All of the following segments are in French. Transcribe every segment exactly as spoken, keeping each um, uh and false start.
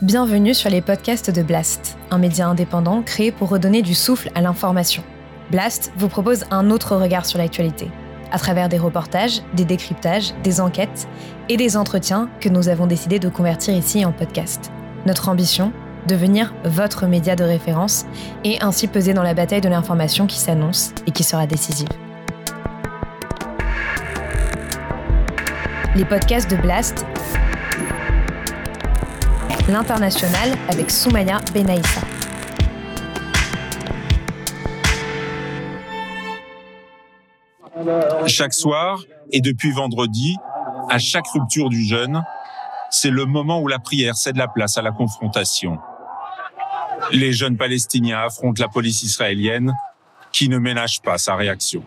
Bienvenue sur les podcasts de Blast, un média indépendant créé pour redonner du souffle à l'information. Blast vous propose un autre regard sur l'actualité, à travers des reportages, des décryptages, des enquêtes et des entretiens que nous avons décidé de convertir ici en podcast. Notre ambition, devenir votre média de référence et ainsi peser dans la bataille de l'information qui s'annonce et qui sera décisive. Les podcasts de Blast, l'international avec Soumaya Benaïssa. Chaque soir, et depuis vendredi, à chaque rupture du jeûne, c'est le moment où la prière cède la place à la confrontation. Les jeunes Palestiniens affrontent la police israélienne, qui ne ménage pas sa réaction.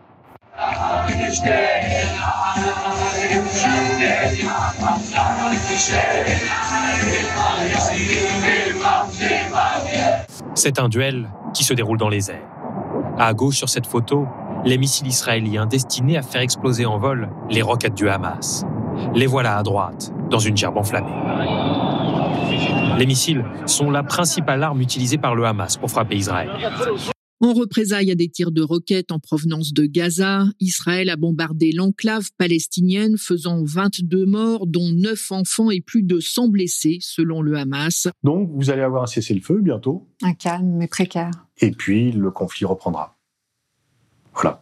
C'est un duel qui se déroule dans les airs. À gauche sur cette photo, les missiles israéliens destinés à faire exploser en vol les roquettes du Hamas. Les voilà à droite, dans une gerbe enflammée. Les missiles sont la principale arme utilisée par le Hamas pour frapper Israël. En représailles à des tirs de roquettes en provenance de Gaza, Israël a bombardé l'enclave palestinienne, faisant vingt-deux morts, dont neuf enfants et plus de cent blessés, selon le Hamas. Donc, vous allez avoir un cessez-le-feu bientôt. Un calme, mais précaire. Et puis, le conflit reprendra. Voilà.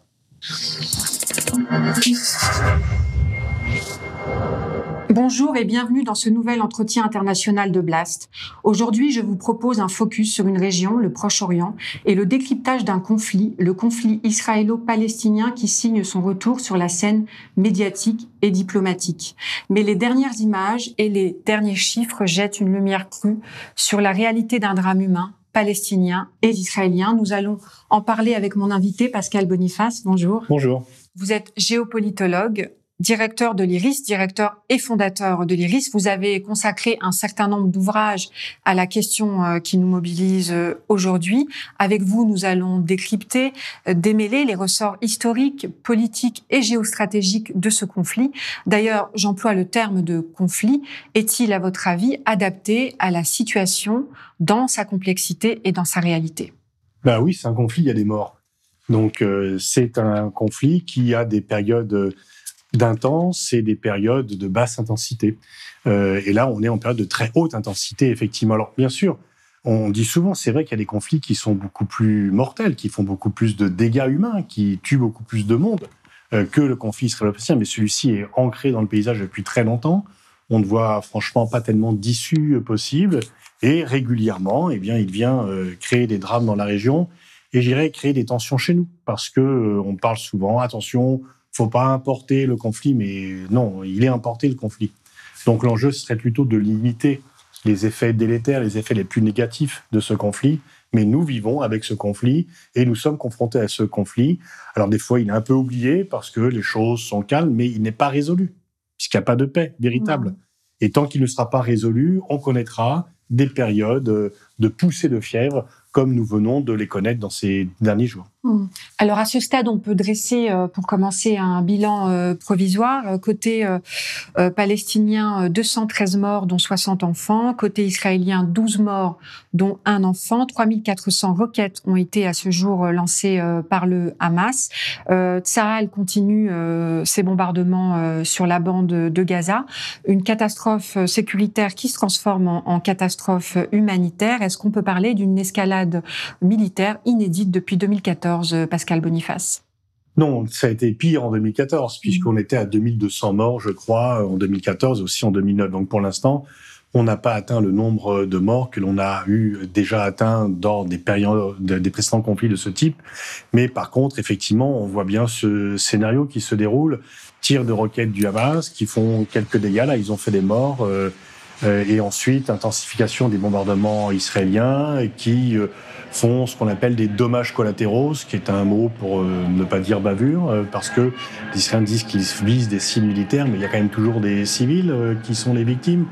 Bonjour et bienvenue dans ce nouvel entretien international de Blast. Aujourd'hui, je vous propose un focus sur une région, le Proche-Orient, et le décryptage d'un conflit, le conflit israélo-palestinien qui signe son retour sur la scène médiatique et diplomatique. Mais les dernières images et les derniers chiffres jettent une lumière crue sur la réalité d'un drame humain, palestinien et israélien. Nous allons en parler avec mon invité Pascal Boniface. Bonjour. Bonjour. Vous êtes géopolitologue, directeur de l'I R I S, directeur et fondateur de l'I R I S. Vous avez consacré un certain nombre d'ouvrages à la question qui nous mobilise aujourd'hui. Avec vous, nous allons décrypter, démêler les ressorts historiques, politiques et géostratégiques de ce conflit. D'ailleurs, j'emploie le terme de conflit. Est-il, à votre avis, adapté à la situation dans sa complexité et dans sa réalité ? Ben oui, c'est un conflit, il y a des morts. Donc, euh, c'est un conflit qui a des périodes d'intense et des périodes de basse intensité. Euh, et là, on est en période de très haute intensité, effectivement. Alors, bien sûr, on dit souvent, c'est vrai qu'il y a des conflits qui sont beaucoup plus mortels, qui font beaucoup plus de dégâts humains, qui tuent beaucoup plus de monde euh, que le conflit israélo-palestinien, mais celui-ci est ancré dans le paysage depuis très longtemps. On ne voit franchement pas tellement d'issues possibles. Et régulièrement, eh bien, il vient euh, créer des drames dans la région et, je dirais, créer des tensions chez nous. Parce que euh, on parle souvent, attention, faut pas importer le conflit, mais non, il est importé le conflit. Donc l'enjeu serait plutôt de limiter les effets délétères, les effets les plus négatifs de ce conflit. Mais nous vivons avec ce conflit et nous sommes confrontés à ce conflit. Alors des fois, il est un peu oublié parce que les choses sont calmes, mais il n'est pas résolu, puisqu'il n'y a pas de paix véritable. Non. Et tant qu'il ne sera pas résolu, on connaîtra des périodes de poussée de fièvre, comme nous venons de les connaître dans ces derniers jours. Alors, à ce stade, on peut dresser, pour commencer, un bilan provisoire. Côté euh, palestinien, deux cent treize morts, dont soixante enfants. Côté israélien, douze morts, dont un enfant. trois mille quatre cents roquettes ont été à ce jour lancées euh, par le Hamas. Euh, Tsahal continue euh, ses bombardements euh, sur la bande de Gaza. Une catastrophe sécuritaire qui se transforme en, en catastrophe humanitaire. Est-ce qu'on peut parler d'une escalade militaire inédite depuis deux mille quatorze, Pascal Boniface? Non, ça a été pire en deux mille quatorze, puisqu'on mmh. était à deux mille deux cents morts, je crois, en deux mille quatorze, aussi en deux mille neuf. Donc pour l'instant, on n'a pas atteint le nombre de morts que l'on a eu déjà atteint dans des périodes, des précédents conflits de ce type. Mais par contre, effectivement, on voit bien ce scénario qui se déroule. Tirs de roquettes du Hamas qui font quelques dégâts. Là, ils ont fait des morts. Euh, euh, et ensuite, intensification des bombardements israéliens qui euh, font ce qu'on appelle des dommages collatéraux, ce qui est un mot pour euh, ne pas dire bavure, euh, parce que les Israéliens disent qu'ils visent des cibles militaires, mais il y a quand même toujours des civils euh, qui sont les victimes.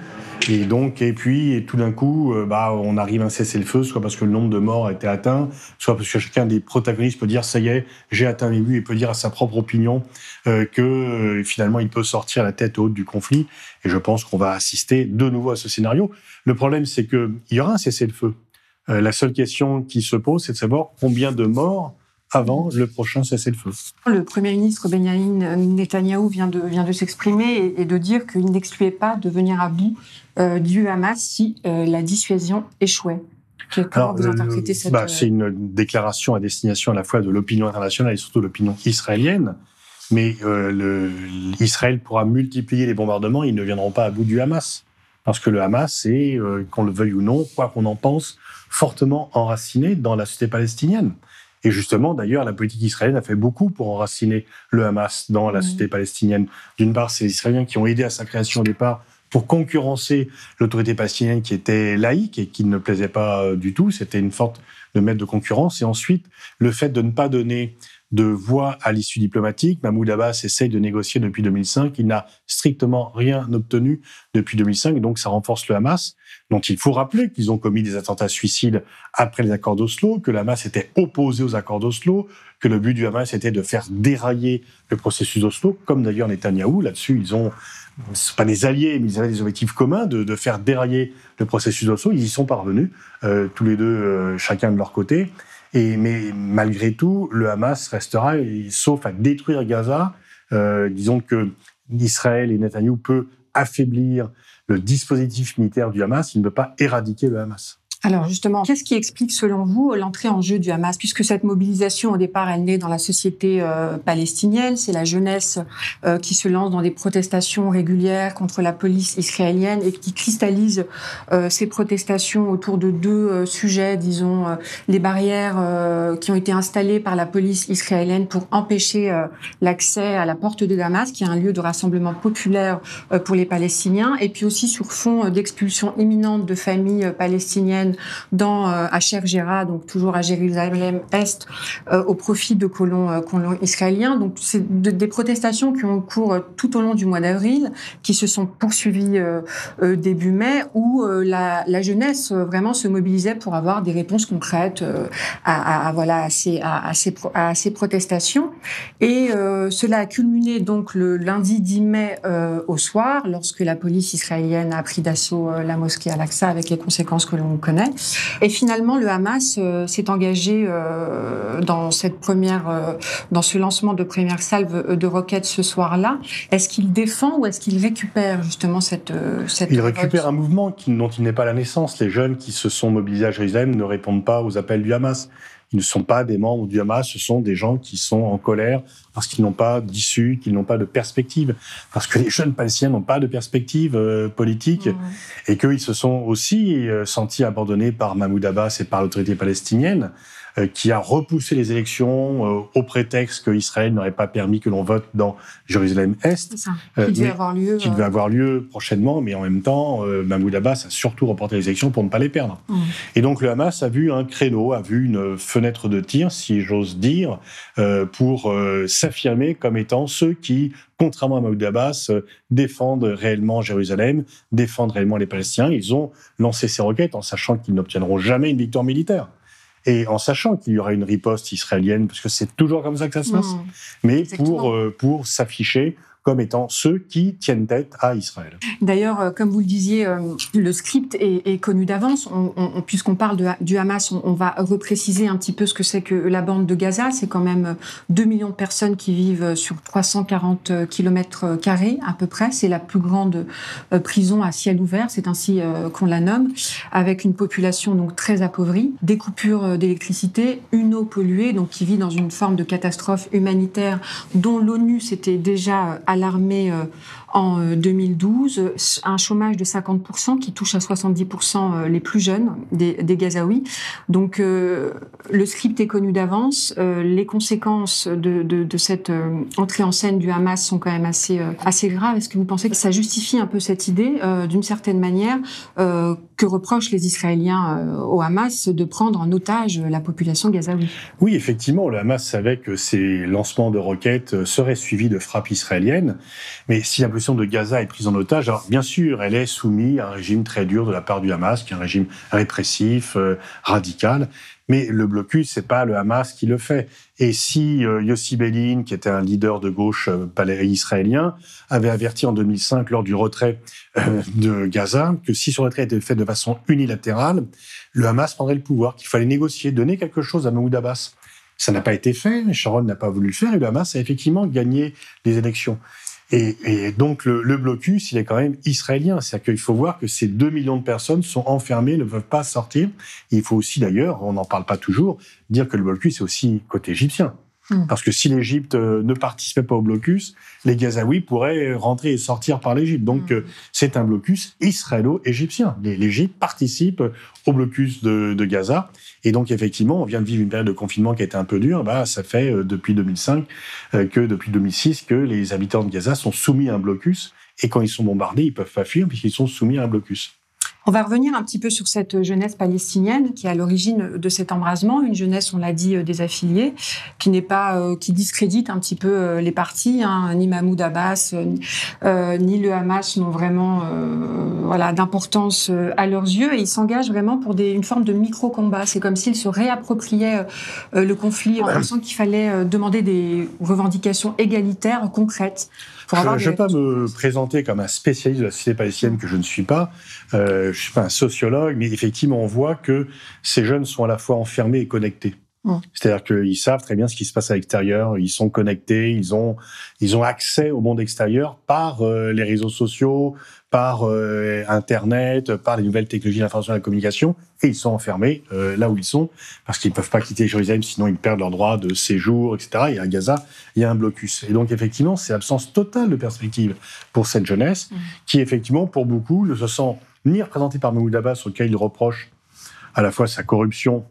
Et donc, et puis, et tout d'un coup, euh, bah, on arrive à un cessez-le-feu, soit parce que le nombre de morts a été atteint, soit parce que chacun des protagonistes peut dire ça y est, j'ai atteint mes buts, et peut dire à sa propre opinion euh, que euh, finalement il peut sortir la tête haute du conflit. Et je pense qu'on va assister de nouveau à ce scénario. Le problème, c'est que il y aura un cessez-le-feu. Euh, la seule question qui se pose, c'est de savoir combien de morts avant le prochain cessez-le-feu. Le Premier ministre Benyamin Netanyahou vient de, vient de s'exprimer et, et de dire qu'il n'excluait pas de venir à bout euh, du Hamas si euh, la dissuasion échouait. Comment Alors, vous interprétez cette... bah, c'est une déclaration à destination à la fois de l'opinion internationale et surtout de l'opinion israélienne. Mais euh, le, Israël pourra multiplier les bombardements, ils ne viendront pas à bout du Hamas. Parce que le Hamas est, euh, qu'on le veuille ou non, quoi qu'on en pense, fortement enraciné dans la société palestinienne. Et justement, d'ailleurs, la politique israélienne a fait beaucoup pour enraciner le Hamas dans la société palestinienne. D'une part, c'est les Israéliens qui ont aidé à sa création au départ pour concurrencer l'autorité palestinienne qui était laïque et qui ne plaisait pas du tout. C'était une sorte de maître de concurrence. Et ensuite, le fait de ne pas donner de voix à l'issue diplomatique. Mahmoud Abbas essaye de négocier depuis deux mille cinq. Il n'a strictement rien obtenu depuis deux mille cinq. Et donc, ça renforce le Hamas, dont il faut rappeler qu'ils ont commis des attentats suicides après les accords d'Oslo, que le Hamas était opposé aux accords d'Oslo, que le but du Hamas était de faire dérailler le processus d'Oslo, comme d'ailleurs Netanyahou. Là-dessus, ils ont, ce sont pas des alliés, mais ils avaient des objectifs communs de, de faire dérailler le processus d'Oslo. Ils y sont parvenus, euh, tous les deux, euh, chacun de leur côté. Et, mais malgré tout, le Hamas restera, sauf à détruire Gaza. Euh, disons que Israël et Netanyahou peuvent affaiblir le dispositif militaire du Hamas, il ne peut pas éradiquer le Hamas. Alors justement, qu'est-ce qui explique selon vous l'entrée en jeu du Hamas? Puisque cette mobilisation, au départ, elle naît dans la société euh, palestinienne, c'est la jeunesse euh, qui se lance dans des protestations régulières contre la police israélienne et qui cristallise euh, ces protestations autour de deux euh, sujets, disons, euh, les barrières euh, qui ont été installées par la police israélienne pour empêcher euh, l'accès à la porte de Damas, qui est un lieu de rassemblement populaire euh, pour les Palestiniens, et puis aussi sur fond d'expulsion imminente de familles euh, palestiniennes dans euh, à Sheikh Jarrah, donc toujours à Jérusalem-Est, euh, au profit de colons, euh, colons israéliens. Donc c'est de, des protestations qui ont cours euh, tout au long du mois d'avril, qui se sont poursuivies euh, euh, début mai, où euh, la, la jeunesse euh, vraiment se mobilisait pour avoir des réponses concrètes euh, à, à, voilà à ces, à, à ces, à ces protestations. Et euh, cela a culminé donc le lundi dix mai euh, au soir, lorsque la police israélienne a pris d'assaut euh, la mosquée Al-Aqsa, avec les conséquences que l'on connaît. Et finalement, le Hamas euh, s'est engagé euh, dans cette première, euh, dans ce lancement de première salve de roquettes ce soir-là. Est-ce qu'il défend ou est-ce qu'il récupère justement cette euh, cette Il récupère un mouvement qui, dont il n'est pas la naissance. Les jeunes qui se sont mobilisés à Jérusalem ne répondent pas aux appels du Hamas. Ils ne sont pas des membres du Hamas, ce sont des gens qui sont en colère parce qu'ils n'ont pas d'issue, qu'ils n'ont pas de perspective, parce que les jeunes Palestiniens n'ont pas de perspective euh, politique, mmh. et qu'ils se sont aussi euh, sentis abandonnés par Mahmoud Abbas et par l'autorité palestinienne, euh, qui a repoussé les élections euh, au prétexte qu'Israël n'aurait pas permis que l'on vote dans Jérusalem-Est. C'est ça, qui euh, devait avoir lieu. Qui devait euh... avoir lieu prochainement, mais en même temps, euh, Mahmoud Abbas a surtout reporté les élections pour ne pas les perdre. Mmh. Et donc le Hamas a vu un créneau, a vu une fenêtre de tir, si j'ose dire, euh, pour euh, s'affirmer comme étant ceux qui, contrairement à Mahmoud Abbas, euh, défendent réellement Jérusalem, défendent réellement les Palestiniens. Ils ont lancé ces requêtes en sachant qu'ils n'obtiendront jamais une victoire militaire. Et en sachant qu'il y aura une riposte israélienne, parce que c'est toujours comme ça que ça se passe, mmh. mais pour, euh, pour s'afficher comme étant ceux qui tiennent tête à Israël. D'ailleurs, comme vous le disiez, le script est, est connu d'avance. On, on, puisqu'on parle de, du Hamas, on, on va repréciser un petit peu ce que c'est que la bande de Gaza. C'est quand même deux millions de personnes qui vivent sur trois cent quarante kilomètres carrés à peu près. C'est la plus grande prison à ciel ouvert, c'est ainsi qu'on la nomme, avec une population donc très appauvrie, des coupures d'électricité, une eau polluée, donc qui vit dans une forme de catastrophe humanitaire dont l'ONU s'était déjà alarmée euh, en euh, deux mille douze, un chômage de cinquante pour cent qui touche à soixante-dix pour cent les plus jeunes des, des Gazaouis. Donc euh, le script est connu d'avance. Euh, les conséquences de, de, de cette euh, entrée en scène du Hamas sont quand même assez, euh, assez graves. Est-ce que vous pensez que ça justifie un peu cette idée, euh, d'une certaine manière, euh, que reprochent les Israéliens euh, au Hamas de prendre en otage la population gazaoui. Oui, effectivement, le Hamas savait que ces lancements de roquettes seraient suivis de frappes israéliennes, mais si la position de Gaza est prise en otage, alors bien sûr, elle est soumise à un régime très dur de la part du Hamas, qui est un régime répressif, euh, radical, mais le blocus, c'est pas le Hamas qui le fait. Et si euh, Yossi Beilin, qui était un leader de gauche euh, israélien, avait averti en deux mille cinq, lors du retrait euh, de Gaza, que si ce retrait était fait de façon unilatérale, le Hamas prendrait le pouvoir, qu'il fallait négocier, donner quelque chose à Mahmoud Abbas. Ça n'a pas été fait, Sharon n'a pas voulu le faire, et le Hamas a effectivement gagné les élections. Et, et donc le, le blocus, il est quand même israélien. C'est-à-dire qu'il faut voir que ces deux millions de personnes sont enfermées, ne peuvent pas sortir. Et il faut aussi d'ailleurs, on n'en parle pas toujours, dire que le blocus est aussi côté égyptien. Mmh. Parce que si l'Égypte ne participait pas au blocus, les Gazaouis pourraient rentrer et sortir par l'Égypte. Donc mmh. c'est un blocus israélo-égyptien. L'Égypte participe au blocus de, de Gaza. Et donc effectivement, on vient de vivre une période de confinement qui a été un peu dure. Bah, ça fait euh, depuis deux mille cinq euh, que depuis deux mille six que les habitants de Gaza sont soumis à un blocus. Et quand ils sont bombardés, ils peuvent pas fuir puisqu'ils sont soumis à un blocus. On va revenir un petit peu sur cette jeunesse palestinienne qui est à l'origine de cet embrasement, une jeunesse, on l'a dit, désaffiliée, qui n'est pas, euh, qui discrédite un petit peu euh, les partis, hein, ni Mahmoud Abbas, euh, ni le Hamas n'ont vraiment, euh, voilà, d'importance euh, à leurs yeux, et ils s'engagent vraiment pour des, une forme de micro-combat. C'est comme s'ils se réappropriaient euh, le conflit en pensant qu'il fallait euh, demander des revendications égalitaires, concrètes. Je ne vais pas me présenter comme un spécialiste de la société palestinienne que je ne suis pas. Euh, je ne suis pas un sociologue, mais effectivement, on voit que ces jeunes sont à la fois enfermés et connectés. Mmh. C'est-à-dire qu'ils savent très bien ce qui se passe à l'extérieur, ils sont connectés, ils ont, ils ont accès au monde extérieur par euh, les réseaux sociaux, par euh, Internet, par les nouvelles technologies de l'information et de la communication, et ils sont enfermés euh, là où ils sont, parce qu'ils ne peuvent pas quitter Jérusalem, sinon ils perdent leur droit de séjour, et cetera. Et à Gaza, il y a un blocus. Et donc, effectivement, c'est l'absence totale de perspective pour cette jeunesse, mmh. qui, effectivement, pour beaucoup, ne se sent ni représentée par Mahmoud Abbas, auquel il reproche à la fois sa corruption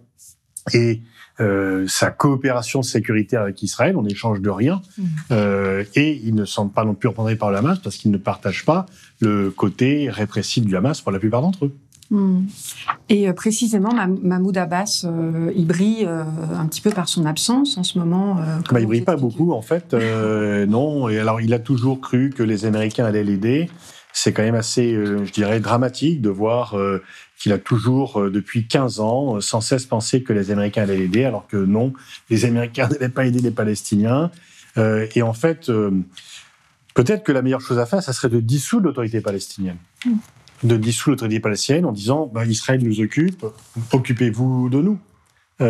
et Euh, sa coopération sécuritaire avec Israël, on n'échange de rien, mmh. euh, et ils ne sont pas non plus représentés par le Hamas parce qu'ils ne partagent pas le côté répressif du Hamas pour la plupart d'entre eux. Mmh. Et euh, précisément, Mahmoud Abbas, euh, il brille euh, un petit peu par son absence en ce moment. Euh, bah, il brille pas beaucoup, en fait. Euh, non. Et alors, il a toujours cru que les Américains allaient l'aider. C'est quand même assez, euh, je dirais, dramatique de voir euh, qu'il a toujours, euh, depuis quinze ans, euh, sans cesse pensé que les Américains allaient l'aider, alors que non, les Américains n'allaient pas aider les Palestiniens. Euh, et en fait, euh, peut-être que la meilleure chose à faire, ça serait de dissoudre l'autorité palestinienne. Mmh. De dissoudre l'autorité palestinienne en disant bah, « Israël nous occupe, occupez-vous de nous euh, ».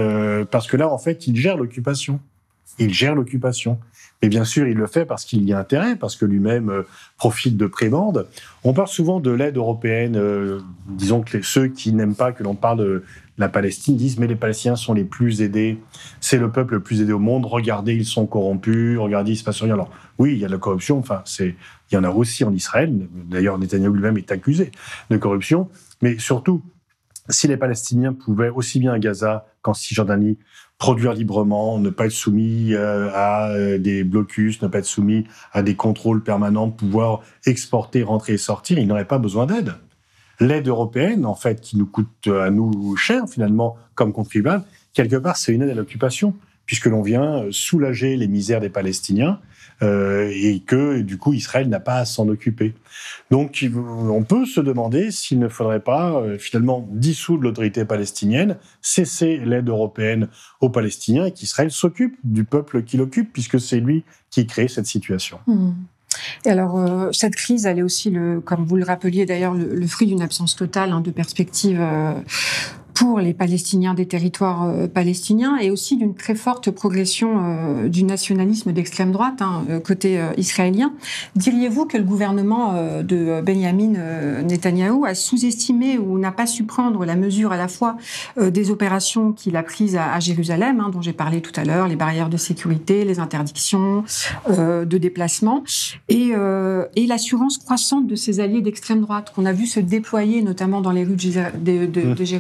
Parce que là, en fait, il gère l'occupation. Il gère l'occupation. Mais bien sûr, il le fait parce qu'il y a intérêt, parce que lui-même euh, profite de prébendes. On parle souvent de l'aide européenne. Euh, disons que les, ceux qui n'aiment pas que l'on parle de la Palestine disent « mais les Palestiniens sont les plus aidés. C'est le peuple le plus aidé au monde. Regardez, ils sont corrompus. Regardez, il ne se passe rien. » Alors oui, il y a de la corruption. Enfin, c'est, il y en a aussi en Israël. D'ailleurs, Netanyahou lui-même est accusé de corruption. Mais surtout, si les Palestiniens pouvaient, aussi bien à Gaza qu'en Cisjordanie, produire librement, ne pas être soumis euh, à euh, des blocus, ne pas être soumis à des contrôles permanents, pouvoir exporter, rentrer et sortir, ils n'auraient pas besoin d'aide. L'aide européenne, en fait, qui nous coûte à nous cher, finalement, comme contribuables, quelque part, c'est une aide à l'occupation, puisque l'on vient soulager les misères des Palestiniens euh, et que, du coup, Israël n'a pas à s'en occuper. Donc, on peut se demander s'il ne faudrait pas, euh, finalement, dissoudre l'autorité palestinienne, cesser l'aide européenne aux Palestiniens et qu'Israël s'occupe du peuple qui l'occupe, puisque c'est lui qui crée cette situation. Mmh. Et alors, euh, cette crise, elle est aussi, le, comme vous le rappeliez d'ailleurs, le, le fruit d'une absence totale hein, de perspective euh, pour les Palestiniens des territoires euh, palestiniens et aussi d'une très forte progression euh, du nationalisme d'extrême droite hein, côté euh, israélien. Diriez-vous que le gouvernement euh, de Benjamin euh, Netanyahou a sous-estimé ou n'a pas su prendre la mesure à la fois euh, des opérations qu'il a prises à, à Jérusalem, hein, dont j'ai parlé tout à l'heure, les barrières de sécurité, les interdictions euh, de déplacement, et, euh, et l'assurance croissante de ses alliés d'extrême droite qu'on a vu se déployer notamment dans les rues de, de, de, de Jérusalem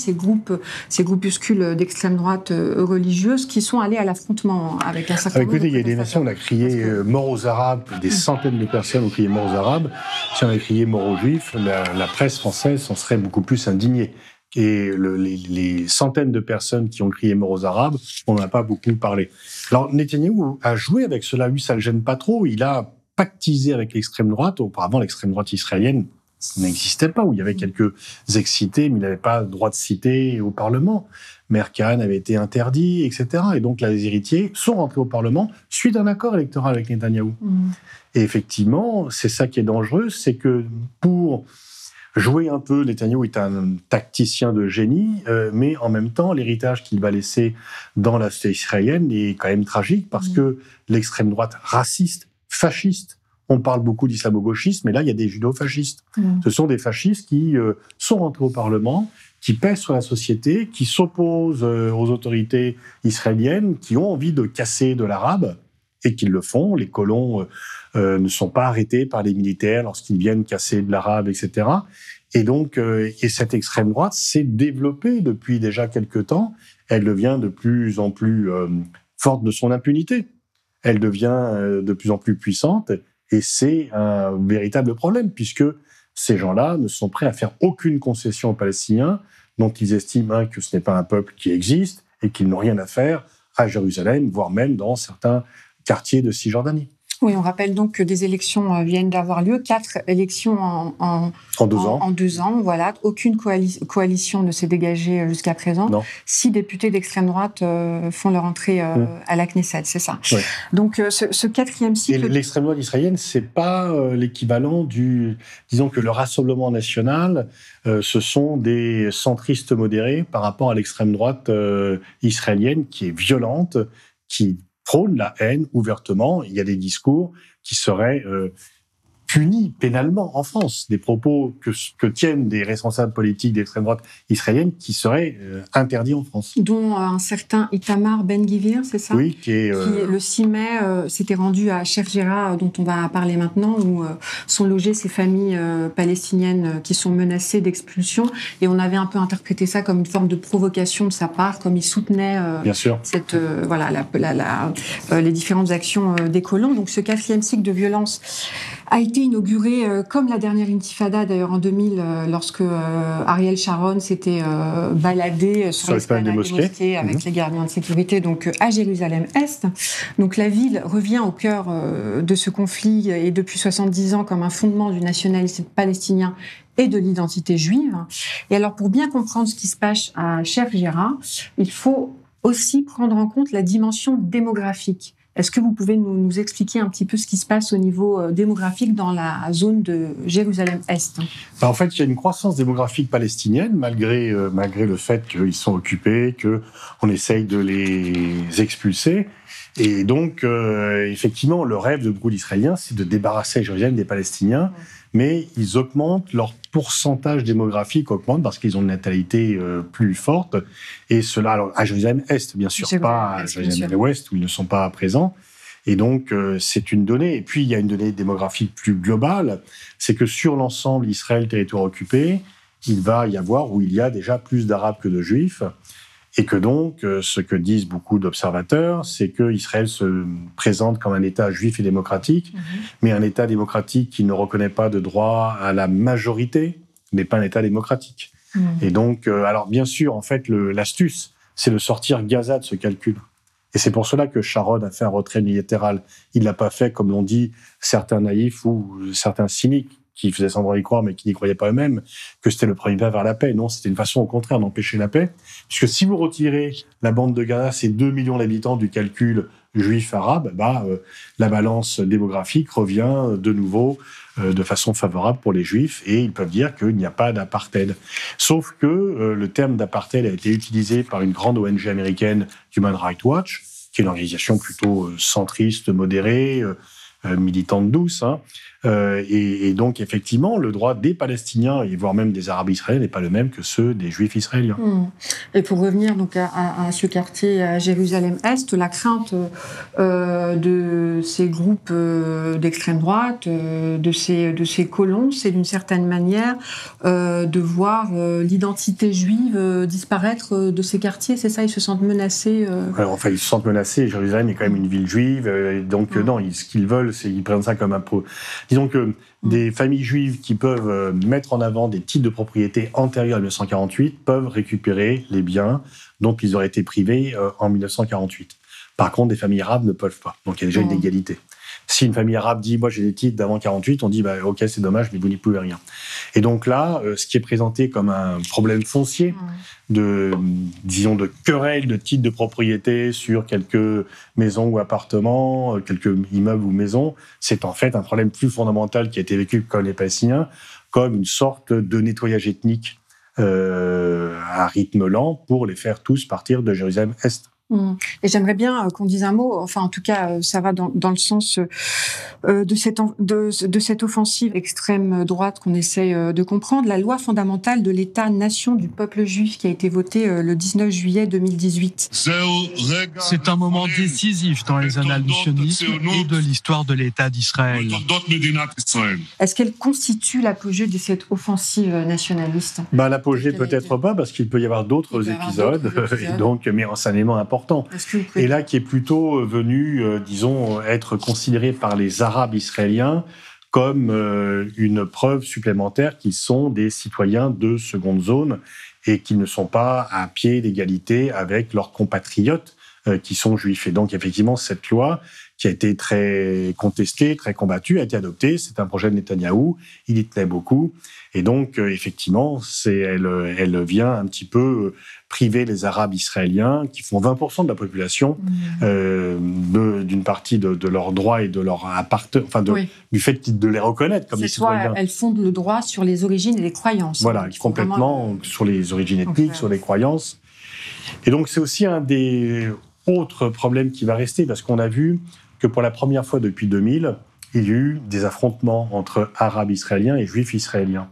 ces groupes, ces groupuscules d'extrême droite religieuse qui sont allés à l'affrontement avec un certain nombre de il y a des nations, on a crié que... mort aux Arabes, des centaines de personnes ont crié mort aux Arabes. Si on avait crié mort aux Juifs, la, la presse française s'en serait beaucoup plus indignée. Et le, les, les centaines de personnes qui ont crié mort aux Arabes, on n'en a pas beaucoup parlé. Alors Netanyahou a joué avec cela, lui ça le gêne pas trop, il a pactisé avec l'extrême droite. Auparavant, l'extrême droite israélienne n'existait pas, où il y avait quelques excités, mais il n'avait pas le droit de citer au Parlement. Meir Kahane avait été interdit, et cetera. Et donc les héritiers sont rentrés au Parlement suite à un accord électoral avec Netanyahou. Mmh. Et effectivement, c'est ça qui est dangereux, c'est que pour jouer un peu, Netanyahou est un tacticien de génie, euh, mais en même temps, l'héritage qu'il va laisser dans la société israélienne est quand même tragique, parce mmh. que l'extrême droite raciste, fasciste, on parle beaucoup d'islamo-gauchisme, mais là, il y a des judo-fascistes. Mmh. Ce sont des fascistes qui euh, sont rentrés au Parlement, qui pèsent sur la société, qui s'opposent euh, aux autorités israéliennes, qui ont envie de casser de l'arabe, et qu'ils le font. Les colons euh, ne sont pas arrêtés par les militaires lorsqu'ils viennent casser de l'arabe, et cetera. Et donc, euh, et cette extrême droite s'est développée depuis déjà quelques temps. Elle devient de plus en plus euh, forte de son impunité. Elle devient euh, de plus en plus puissante. Et c'est un véritable problème, puisque ces gens-là ne sont prêts à faire aucune concession aux Palestiniens, dont ils estiment hein, que ce n'est pas un peuple qui existe et qu'ils n'ont rien à faire à Jérusalem, voire même dans certains quartier de Cisjordanie. Oui, on rappelle donc que des élections viennent d'avoir lieu, quatre élections en, en, en, deux, en, ans. en deux ans. Voilà, aucune coali- coalition ne s'est dégagée jusqu'à présent. Non. Six députés d'extrême droite euh, font leur entrée euh, mmh. à la Knesset, c'est ça. Oui. Donc euh, ce, ce quatrième cycle... Et l'extrême droite israélienne, c'est pas euh, l'équivalent du... Disons que le Rassemblement national, euh, ce sont des centristes modérés par rapport à l'extrême droite euh, israélienne qui est violente, qui prône la haine ouvertement. Il y a des discours qui seraient euh, punis pénalement en France, des propos que, que tiennent des responsables politiques d'extrême droite israélienne qui seraient euh, interdits en France. Dont un certain Itamar Ben-Gvir, c'est ça ? Oui, qui est... Euh... Qui, le six mai, euh, s'était rendu à Sheikh Jarrah, dont on va parler maintenant, où euh, sont logées ces familles euh, palestiniennes euh, qui sont menacées d'expulsion. Et on avait un peu interprété ça comme une forme de provocation de sa part, comme il soutenait euh, Bien sûr. Cette, euh, voilà, la, la, la, euh, les différentes actions euh, des colons. Donc ce quatrième cycle de violence a été inauguré euh, comme la dernière intifada d'ailleurs en deux mille euh, lorsque euh, Ariel Sharon s'était euh, baladé sur, sur l'esplanade des mosquées, mosquées avec mmh. les gardiens de sécurité donc euh, à Jérusalem-Est. Donc la ville revient au cœur euh, de ce conflit et depuis soixante-dix ans comme un fondement du nationalisme palestinien et de l'identité juive. Et alors pour bien comprendre ce qui se passe à Sheikh Jarrah, il faut aussi prendre en compte la dimension démographique. Est-ce que vous pouvez nous, nous expliquer un petit peu ce qui se passe au niveau euh, démographique dans la zone de Jérusalem-Est ? Ben en fait, il y a une croissance démographique palestinienne, malgré, euh, malgré le fait qu'ils sont occupés, qu'on essaye de les expulser. Et donc, euh, effectivement, le rêve de beaucoup d'Israéliens, c'est de débarrasser Jérusalem des Palestiniens, mais ils augmentent, leur pourcentage démographique augmente parce qu'ils ont une natalité euh, plus forte. Et cela, alors, à Jérusalem-Est, bien sûr, Jérusalem pas à Jérusalem-Ouest, où ils ne sont pas présents. Et donc, euh, c'est une donnée. Et puis, il y a une donnée démographique plus globale, c'est que sur l'ensemble Israël, territoire occupé, il va y avoir, où il y a déjà plus d'Arabes que de Juifs, et que donc, euh, ce que disent beaucoup d'observateurs, c'est que Israël se présente comme un État juif et démocratique, mmh. mais un État démocratique qui ne reconnaît pas de droit à la majorité n'est pas un État démocratique. Mmh. Et donc, euh, alors bien sûr, en fait, le, l'astuce, c'est de sortir Gaza de ce calcul. Et c'est pour cela que Sharon a fait un retrait militaire. Il l'a pas fait, comme l'ont dit certains naïfs ou certains cyniques, qui faisaient semblant y croire, mais qui n'y croyaient pas eux-mêmes, que c'était le premier pas vers la paix. Non, c'était une façon, au contraire, d'empêcher la paix. Puisque si vous retirez la bande de Gaza, ces deux millions d'habitants du calcul juif-arabe, bah, euh, la balance démographique revient de nouveau euh, de façon favorable pour les juifs, et ils peuvent dire qu'il n'y a pas d'apartheid. Sauf que euh, le terme d'apartheid a été utilisé par une grande O N G américaine, Human Rights Watch, qui est une organisation plutôt euh, centriste, modérée, euh, euh, militante douce. Hein. Euh, et, et donc, effectivement, le droit des Palestiniens, et voire même des Arabes israéliens, n'est pas le même que ceux des Juifs israéliens. Mmh. Et pour revenir donc à, à, à ce quartier à Jérusalem-Est, la crainte euh, de ces groupes euh, d'extrême droite, euh, de, ces, de ces colons, c'est d'une certaine manière euh, de voir euh, l'identité juive euh, disparaître de ces quartiers, c'est ça? Ils se sentent menacés euh... Alors, enfin, ils se sentent menacés. Jérusalem est quand même une ville juive. Euh, donc, mmh. non, ils, ce qu'ils veulent, c'est qu'ils prennent ça comme un... Pro... Disons que mmh. des familles juives qui peuvent euh, mettre en avant des titres de propriété antérieurs à mille neuf cent quarante-huit peuvent récupérer les biens dont ils auraient été privés euh, en mille neuf cent quarante-huit. Par contre, des familles arabes ne peuvent pas. Donc, il y a déjà mmh. une égalité. Si une famille arabe dit « moi j'ai des titres d'avant quarante-huit », on dit bah, « ok, c'est dommage, mais vous n'y pouvez rien ». Et donc là, euh, ce qui est présenté comme un problème foncier, mmh. de, disons, de querelle de titres de propriété sur quelques maisons ou appartements, quelques immeubles ou maisons, c'est en fait un problème plus fondamental qui a été vécu par les Palestiniens comme une sorte de nettoyage ethnique euh, à rythme lent pour les faire tous partir de Jérusalem-Est. Et j'aimerais bien qu'on dise un mot, enfin en tout cas ça va dans, dans le sens euh, de, cette, de, de cette offensive extrême droite qu'on essaie de comprendre, la loi fondamentale de l'État-nation du peuple juif qui a été votée le dix-neuf juillet deux mille dix-huit. C'est un moment décisif dans les annales du sionisme et de l'histoire de l'État d'Israël. Est-ce qu'elle constitue l'apogée de cette offensive nationaliste? Ben, l'apogée peut-être pas, parce qu'il peut y avoir d'autres épisodes, d'autres épisodes. Et donc, mais c'est un élément important. Et là, qui est plutôt venu, euh, disons, être considéré par les Arabes israéliens comme euh, une preuve supplémentaire qu'ils sont des citoyens de seconde zone et qu'ils ne sont pas à pied d'égalité avec leurs compatriotes euh, qui sont juifs. Et donc, effectivement, cette loi qui a été très contestée, très combattue, a été adoptée. C'est un projet de Netanyahou. Il y tenait beaucoup. Et donc, euh, effectivement, c'est, elle, elle vient un petit peu priver les Arabes israéliens, qui font vingt pour cent de la population, mmh. euh, de, d'une partie de, de leurs droits et de leur appartenance, enfin de, oui. du fait de les reconnaître comme c'est des citoyens. Elles fondent le droit sur les origines et les croyances. Voilà, complètement vraiment... sur les origines ethniques, donc, sur les croyances. Et donc, c'est aussi un des autres problèmes qui va rester, parce qu'on a vu que pour la première fois depuis deux mille, il y a eu des affrontements entre Arabes israéliens et Juifs israéliens.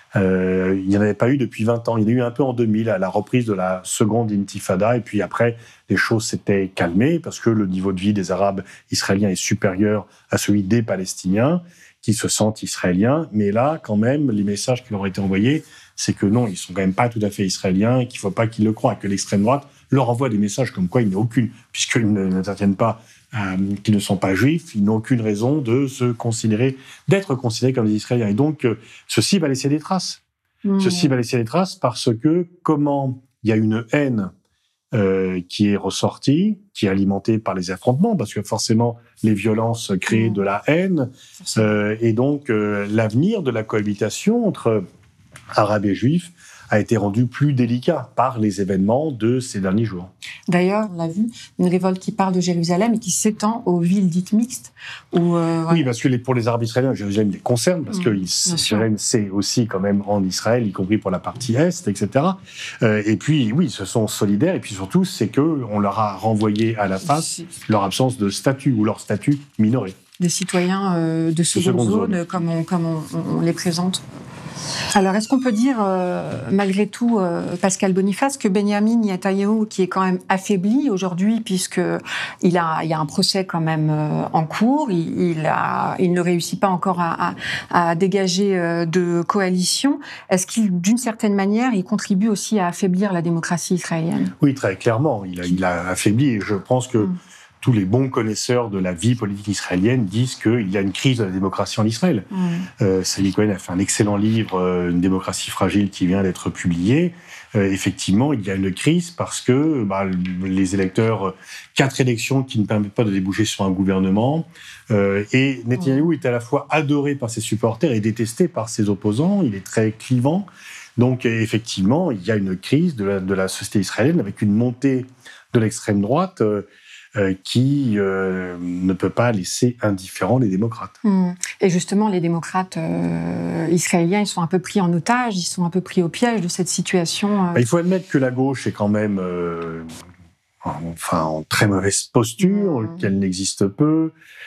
Euh, il n'y en avait pas eu depuis vingt ans. Il y en a eu un peu en deux mille, à la reprise de la seconde intifada, et puis après, les choses s'étaient calmées, parce que le niveau de vie des Arabes israéliens est supérieur à celui des Palestiniens, qui se sentent israéliens. Mais là, quand même, les messages qui leur ont été envoyés, c'est que non, ils ne sont quand même pas tout à fait israéliens, et qu'il ne faut pas qu'ils le croient, que l'extrême droite leur envoie des messages comme quoi il n'y a aucune, puisqu'ils n'appartiennent pas Euh, qui ne sont pas juifs, ils n'ont aucune raison de se considérer, d'être considérés comme des Israéliens. Et donc, euh, ceci va laisser des traces. Mmh. Ceci va laisser des traces parce que comment il y a une haine euh, qui est ressortie, qui est alimentée par les affrontements, parce que forcément, les violences créent mmh. de la haine. Euh, et donc, euh, l'avenir de la cohabitation entre Arabes et Juifs a été rendu plus délicat par les événements de ces derniers jours. D'ailleurs, on l'a vu, une révolte qui part de Jérusalem et qui s'étend aux villes dites mixtes. Où, euh, oui, ouais. parce que les, pour les Arabes israéliens, Jérusalem les concerne, parce mmh, que Jérusalem, c'est aussi quand même en Israël, y compris pour la partie Est, et cetera. Euh, et puis, oui, ils se sont solidaires, et puis surtout, c'est qu'on leur a renvoyé à la face leur absence de statut, ou leur statut minoré. Des citoyens euh, de seconde, de seconde zone, zone, comme on, comme on, on les présente. Alors, est-ce qu'on peut dire, euh, malgré tout, euh, Pascal Boniface, que Benyamin Netanyahou, qui est quand même affaibli aujourd'hui, puisqu'il a, il y a un procès quand même euh, en cours, il, il, a, il ne réussit pas encore à, à, à dégager euh, de coalition, est-ce qu'il, d'une certaine manière, il contribue aussi à affaiblir la démocratie israélienne? Oui, très clairement, il a, il a affaibli, et je pense que mmh. tous les bons connaisseurs de la vie politique israélienne disent qu'il y a une crise de la démocratie en Israël. Mmh. Euh, Sally Cohen a fait un excellent livre, euh, Une démocratie fragile, qui vient d'être publié. Euh, effectivement, il y a une crise parce que bah, les électeurs, quatre élections qui ne permettent pas de déboucher sur un gouvernement, euh, et Netanyahou mmh. est à la fois adoré par ses supporters et détesté par ses opposants. Il est très clivant. Donc, effectivement, il y a une crise de la, de la société israélienne avec une montée de l'extrême droite euh, Euh, qui euh, ne peut pas laisser indifférents les démocrates. Mmh. Et justement, les démocrates euh, israéliens, ils sont un peu pris en otage, ils sont un peu pris au piège de cette situation. Euh... Bah, il faut admettre que la gauche est quand même euh, en, enfin, en très mauvaise posture, mmh. qu'elle n'existe peu,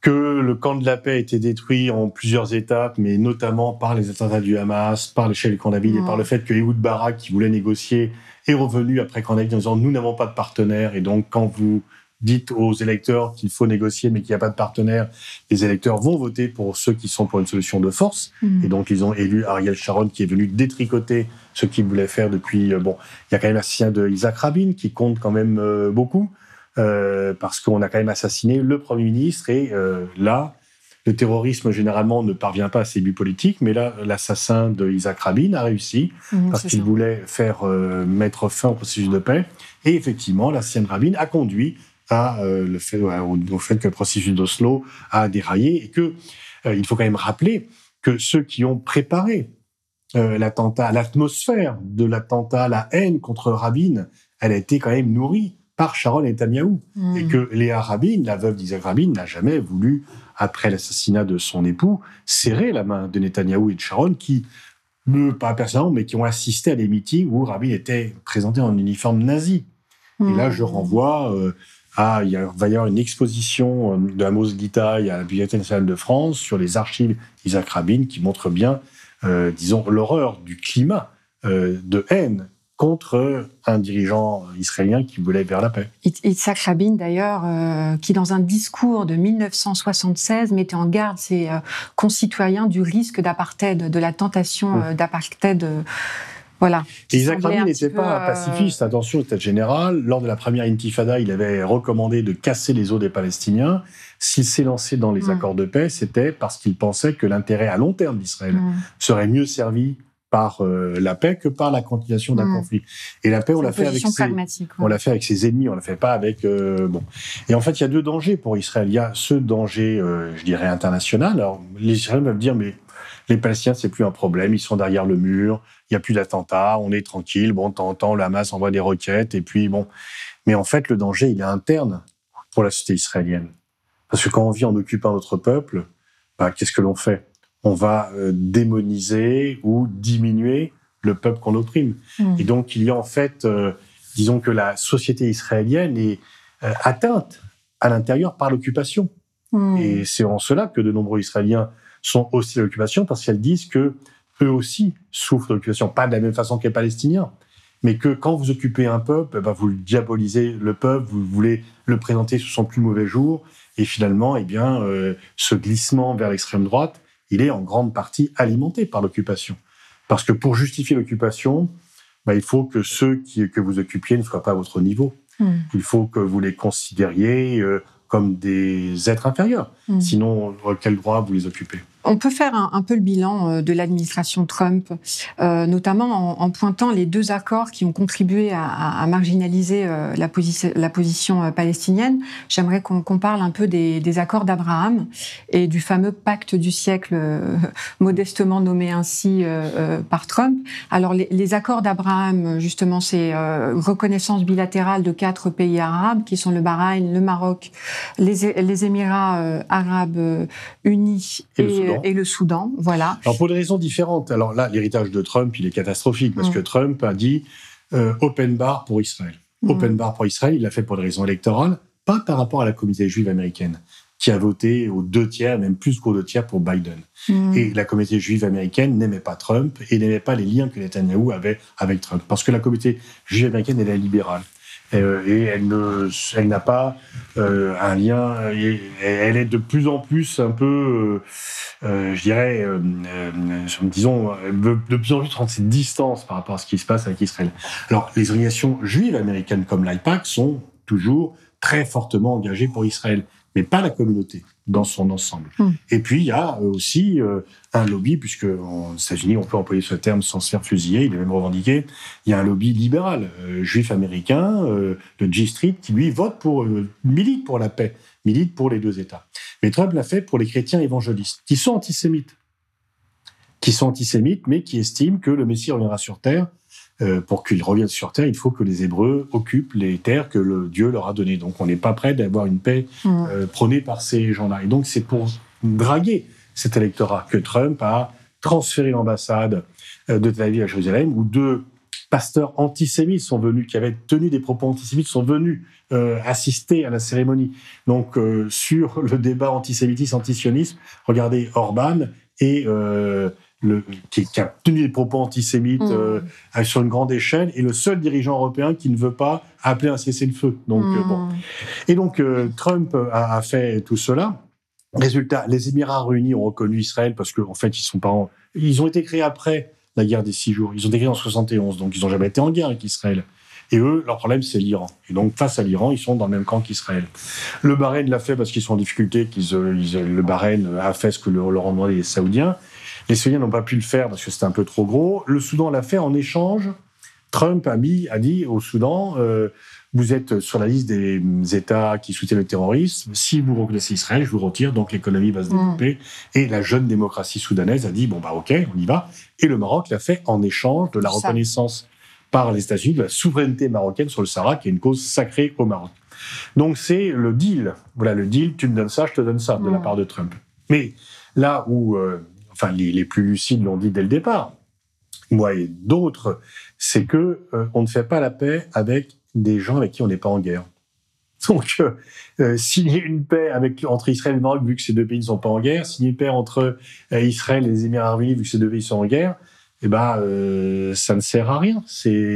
que le camp de la paix a été détruit en plusieurs étapes, mais notamment par les attentats du Hamas, par l'échec du camp David mmh. et par le fait que Ehud Barak, qui voulait négocier, est revenu après camp David en disant « nous n'avons pas de partenaire ». Et donc, quand vous dites aux électeurs qu'il faut négocier mais qu'il n'y a pas de partenaire, les électeurs vont voter pour ceux qui sont pour une solution de force. Mmh. Et donc, ils ont élu Ariel Sharon qui est venu détricoter ce qu'ils voulaient faire depuis... Euh, bon, il y a quand même l'assassinat de Yitzhak Rabin qui compte quand même euh, beaucoup. Euh, parce qu'on a quand même assassiné le Premier ministre et euh, là, le terrorisme généralement ne parvient pas à ses buts politiques, mais là, l'assassin de Yitzhak Rabin a réussi mmh, parce qu'il ça. voulait faire euh, mettre fin au processus de paix et effectivement, l'assassin de Rabin a conduit à, euh, le fait, ouais, au, au fait que le processus d'Oslo a déraillé et que euh, il faut quand même rappeler que ceux qui ont préparé euh, l'attentat, l'atmosphère de l'attentat, la haine contre Rabin, elle a été quand même nourrie par Sharon Netanyahou. Mmh. Et que Léa Rabin, la veuve d'Yitzhak Rabin, n'a jamais voulu, après l'assassinat de son époux, serrer la main de Netanyahou et de Sharon, qui, pas personnellement, mais qui ont assisté à des meetings où Rabin était présenté en uniforme nazi. Mmh. Et là, je renvoie euh, à... Il va y avoir une exposition de Amos Gitaï à la Bibliothèque nationale de France sur les archives d'Yitzhak Rabin qui montre bien, euh, disons, l'horreur du climat euh, de haine contre un dirigeant israélien qui voulait vers la paix. Yitzhak Rabin, d'ailleurs, euh, qui dans un discours de mille neuf cent soixante-seize mettait en garde ses euh, concitoyens du risque d'apartheid, de la tentation euh, d'apartheid. Euh, voilà. Et Yitzhak Rabin n'était pas un pacifiste. Euh... Attention, État général. Lors de la première intifada, il avait recommandé de casser les os des Palestiniens. S'il s'est lancé dans les mmh. accords de paix, c'était parce qu'il pensait que l'intérêt à long terme d'Israël mmh. serait mieux servi par euh, la paix que par la continuation d'un mmh. conflit. Et la paix, on l'a fait avec ses, ouais. on l'a fait avec ses ennemis, on l'a fait pas avec euh, bon. Et en fait, il y a deux dangers pour Israël. Il y a ce danger, euh, je dirais international. Alors, les Israéliens peuvent dire, mais les Palestiniens, c'est plus un problème. Ils sont derrière le mur. Il y a plus d'attentats. On est tranquille. Bon, de temps en temps, le Hamas envoie des roquettes. Et puis bon. Mais en fait, le danger, il est interne pour la société israélienne. Parce que quand on vit en occupant notre peuple, bah, qu'est-ce que l'on fait ? On va euh, démoniser ou diminuer le peuple qu'on opprime. Mmh. Et donc, il y a en fait, euh, disons que la société israélienne est euh, atteinte à l'intérieur par l'occupation. Mmh. Et c'est en cela que de nombreux Israéliens sont aussi à l'occupation, parce qu'elles disent que eux aussi souffrent de l'occupation, pas de la même façon que les Palestiniens, mais que quand vous occupez un peuple, bah, vous diabolisez le peuple, vous voulez le présenter sous son plus mauvais jour, et finalement, eh bien, euh, ce glissement vers l'extrême droite, il est en grande partie alimenté par l'occupation. Parce que pour justifier l'occupation, bah, il faut que ceux qui, que vous occupiez ne soient pas à votre niveau. Mmh. Il faut que vous les considériez euh, comme des êtres inférieurs. Mmh. Sinon, à quel droit vous les occupez ? On peut faire un, un peu le bilan de l'administration Trump, euh, notamment en, en pointant les deux accords qui ont contribué à, à marginaliser euh, la, posi- la position euh, palestinienne. J'aimerais qu'on, qu'on parle un peu des, des accords d'Abraham et du fameux pacte du siècle, euh, modestement nommé ainsi euh, euh, par Trump. Alors, les, les accords d'Abraham, justement, c'est euh, reconnaissance bilatérale de quatre pays arabes, qui sont le Bahreïn, le Maroc, les, les Émirats euh, arabes euh, unis et, et et le Soudan, voilà. Alors pour des raisons différentes. Alors là, l'héritage de Trump, il est catastrophique parce mmh. que Trump a dit euh, open bar pour Israël. Mmh. Open bar pour Israël, il l'a fait pour des raisons électorales, pas par rapport à la communauté juive américaine, qui a voté aux deux tiers, même plus qu'aux deux tiers pour Biden. Mmh. Et la communauté juive américaine n'aimait pas Trump et n'aimait pas les liens que Netanyahou avait avec Trump. Parce que la communauté juive américaine, elle est libérale. Et elle, ne, elle n'a pas euh, un lien. Et elle est de plus en plus un peu, euh, je dirais, euh, euh, disons, de plus en plus prendre cette distance par rapport à ce qui se passe avec Israël. Alors, les organisations juives américaines comme l'AIPAC sont toujours très fortement engagées pour Israël, mais pas la communauté dans son ensemble. Mmh. Et puis, il y a aussi euh, un lobby, puisque aux États-Unis, on peut employer ce terme sans se faire fusiller, il est même revendiqué, il y a un lobby libéral, euh, juif américain, euh, le G Street, qui lui vote pour, euh, milite pour la paix, milite pour les deux États. Mais Trump l'a fait pour les chrétiens évangélistes, qui sont antisémites, qui sont antisémites, mais qui estiment que le Messie reviendra sur Terre. Euh, pour qu'il revienne sur Terre, il faut que les Hébreux occupent les terres que le Dieu leur a données. Donc, on n'est pas prêt d'avoir une paix euh, prônée par ces gens-là. Et donc, c'est pour draguer cet électorat que Trump a transféré l'ambassade de Tel Aviv à Jérusalem, où deux pasteurs antisémites sont venus, qui avaient tenu des propos antisémites, sont venus euh, assister à la cérémonie. Donc, euh, sur le débat antisémitisme-antisionisme, regardez Orban et euh, le, qui, qui a tenu des propos antisémites mmh. euh, sur une grande échelle, et le seul dirigeant européen qui ne veut pas appeler un cessez-le-feu. Donc, mmh. euh, bon. Et donc, euh, Trump a, a fait tout cela. Résultat, les Émirats Réunis ont reconnu Israël parce qu'en en fait, ils sont pas en... ils ont été créés après la guerre des six jours. Ils ont été créés en soixante et onze, donc ils n'ont jamais été en guerre avec Israël. Et eux, leur problème, c'est l'Iran. Et donc, face à l'Iran, ils sont dans le même camp qu'Israël. Le Bahreïn l'a fait parce qu'ils sont en difficulté, qu'ils, ils, le Bahreïn a fait ce que leur ont demandé les Saoudiens. Les Saoudiens n'ont pas pu le faire parce que c'était un peu trop gros. Le Soudan l'a fait en échange. Trump a, mis, a dit au Soudan, euh, vous êtes sur la liste des États qui soutiennent le terrorisme. Si vous reconnaissez Israël, je vous retire. Donc l'économie va se développer. Mmh. Et la jeune démocratie soudanaise a dit, bon, bah ok, on y va. Et le Maroc l'a fait en échange de la Ça. reconnaissance par les États-Unis de la souveraineté marocaine sur le Sahara, qui est une cause sacrée au Maroc. Donc c'est le deal. Voilà, le deal, tu me donnes ça, je te donne ça, mmh. de la part de Trump. Mais là où, euh, enfin, les, les plus lucides l'ont dit dès le départ, moi et d'autres, c'est que euh, on ne fait pas la paix avec des gens avec qui on n'est pas en guerre. Donc, euh, euh, signer une paix avec, entre Israël et le Maroc, vu que ces deux pays ne sont pas en guerre, signer une paix entre euh, Israël et les Émirats Arabes Unis, vu que ces deux pays sont en guerre, eh ben, euh, ça ne sert à rien.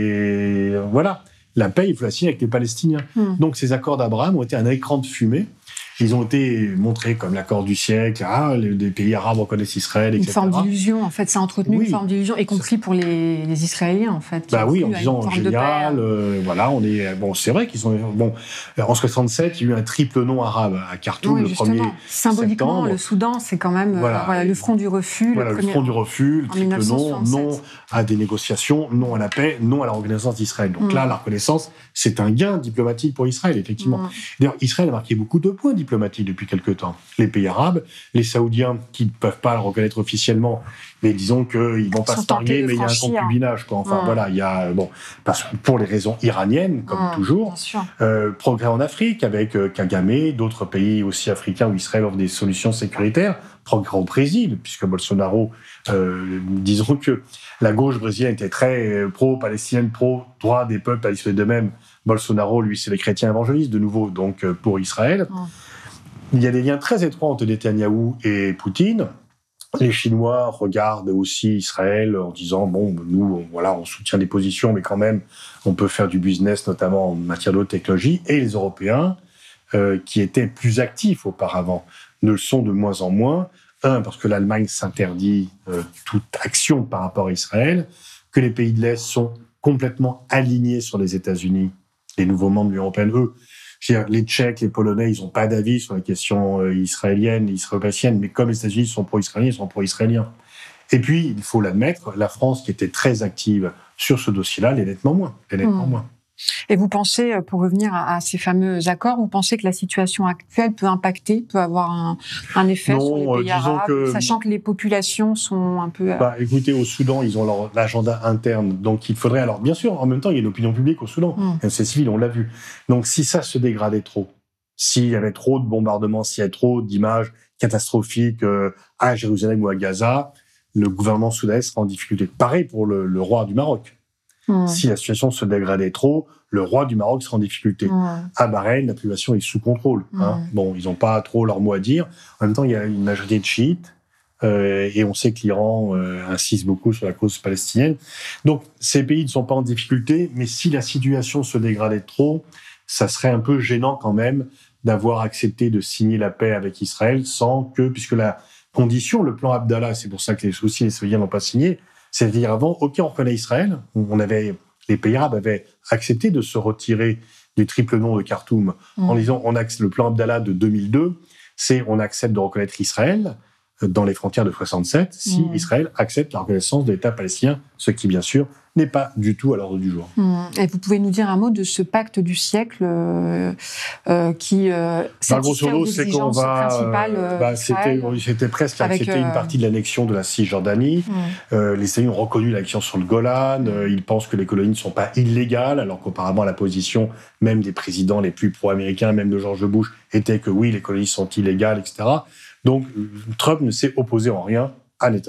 C'est voilà, la paix, il faut la signer avec les Palestiniens. Mmh. Donc, ces accords d'Abraham ont été un écran de fumée. Ils ont été montrés comme l'accord du siècle, ah, les, les pays arabes reconnaissent Israël, et cetera. Une forme d'illusion, en fait, ça a entretenu oui. une forme d'illusion, y compris pour les, les Israéliens, en fait. Bah oui, en disant génial, euh, voilà, on est bon. C'est vrai qu'ils sont bon. En soixante-sept, il y a eu un triple non arabe à Khartoum, oui, le premier symboliquement, septembre. Le Soudan, c'est quand même voilà. Euh, voilà, le front du refus. Voilà, le, le front du refus, le triple non, non à des négociations, non à la paix, non à la reconnaissance d'Israël. Donc mmh. là, la reconnaissance, c'est un gain diplomatique pour Israël, effectivement. Mmh. D'ailleurs, Israël a marqué beaucoup de points diplomatiques depuis quelque temps. Les pays arabes, les Saoudiens qui ne peuvent pas le reconnaître officiellement, mais disons qu'ils ne vont pas se targuer, mais il y a un concubinage. Quoi. Enfin, mmh. voilà, il y a, bon, parce que pour les raisons iraniennes, comme mmh, toujours, euh, progrès en Afrique avec euh, Kagame, d'autres pays aussi africains où Israël offre des solutions sécuritaires, progrès au Brésil, puisque Bolsonaro, euh, disons que la gauche brésilienne était très pro-palestinienne, pro-droit des peuples à l'islam d'eux-mêmes. Bolsonaro, lui, c'est les chrétiens évangélistes, de nouveau, donc euh, pour Israël. Mmh. Il y a des liens très étroits entre Netanyahou et Poutine. Les Chinois regardent aussi Israël en disant, bon, nous, on, voilà, on soutient des positions, mais quand même, on peut faire du business, notamment en matière de haute technologie. Et les Européens, euh, qui étaient plus actifs auparavant, ne le sont de moins en moins. Un, parce que l'Allemagne s'interdit euh, toute action par rapport à Israël, que les pays de l'Est sont complètement alignés sur les États-Unis. Les nouveaux membres de l'Union européenne, eux, je veux dire, les Tchèques, les Polonais, ils n'ont pas d'avis sur la question euh, israélienne, israélo-palestinienne, mais comme les États-Unis sont pro-israéliens, ils sont pro-israéliens. Et puis, il faut l'admettre, la France, qui était très active sur ce dossier-là, l'est nettement moins. L'est nettement mmh. moins. Et vous pensez, pour revenir à, à ces fameux accords, vous pensez que la situation actuelle peut impacter, peut avoir un, un effet non, sur les pays euh, arabes, que, sachant que les populations sont un peu... Euh... Bah, écoutez, au Soudan, ils ont leur agenda interne, donc il faudrait... Alors, bien sûr, en même temps, il y a une opinion publique au Soudan, mmh. c'est civil, on l'a vu. Donc, si ça se dégradait trop, s'il y avait trop de bombardements, s'il y avait trop d'images catastrophiques euh, à Jérusalem ou à Gaza, le gouvernement soudanais sera en difficulté. Pareil pour le, le roi du Maroc. Mmh. Si la situation se dégradait trop, le roi du Maroc sera en difficulté. Mmh. À Bahreïn, la population est sous contrôle. Mmh. Hein. Bon, ils n'ont pas trop leur mot à dire. En même temps, il y a une majorité de chiites euh, et on sait que l'Iran euh, insiste beaucoup sur la cause palestinienne. Donc, ces pays ne sont pas en difficulté, mais si la situation se dégradait trop, ça serait un peu gênant quand même d'avoir accepté de signer la paix avec Israël sans que, puisque la condition, le plan Abdallah, c'est pour ça que les aussi les Saoudiens n'ont pas signé, c'est-à-dire avant, ok, on reconnaît Israël, on avait, les pays arabes avaient accepté de se retirer du triple non de Khartoum mmh. en disant, on accepte, le plan Abdallah de deux mille deux, c'est on accepte de reconnaître Israël dans les frontières de soixante-sept si mmh. Israël accepte la reconnaissance de l'État palestinien, ce qui, bien sûr, n'est pas du tout à l'ordre du jour. Mmh. Et vous pouvez nous dire un mot de ce pacte du siècle euh, euh, qui euh, satisfait aux exigences principales euh, bah, c'était, c'était presque avec, accepté euh... une partie de l'annexion de la Cisjordanie. Mmh. Euh, les États-Unis ont reconnu l'annexion sur le Golan. Euh, ils pensent que les colonies ne sont pas illégales, alors qu'auparavant, la position même des présidents les plus pro-américains, même de George Bush, était que oui, les colonies sont illégales, et cetera. Donc, Trump ne s'est opposé en rien à Netanyahou.